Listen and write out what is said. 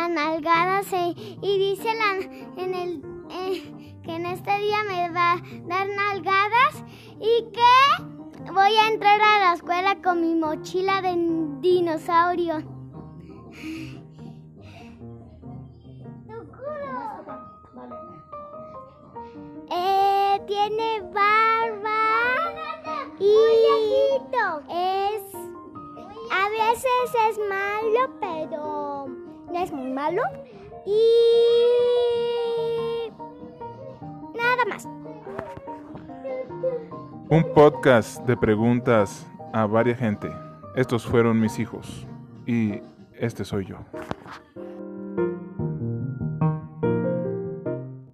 nalgadas y dice que en este día me va a dar nalgadas y que voy a entrar a la escuela con mi mochila de dinosaurio. Tiene barba y a veces es malo, pero no es muy malo. Y nada más. Un podcast de preguntas a varias gente. Estos fueron mis hijos y este soy yo.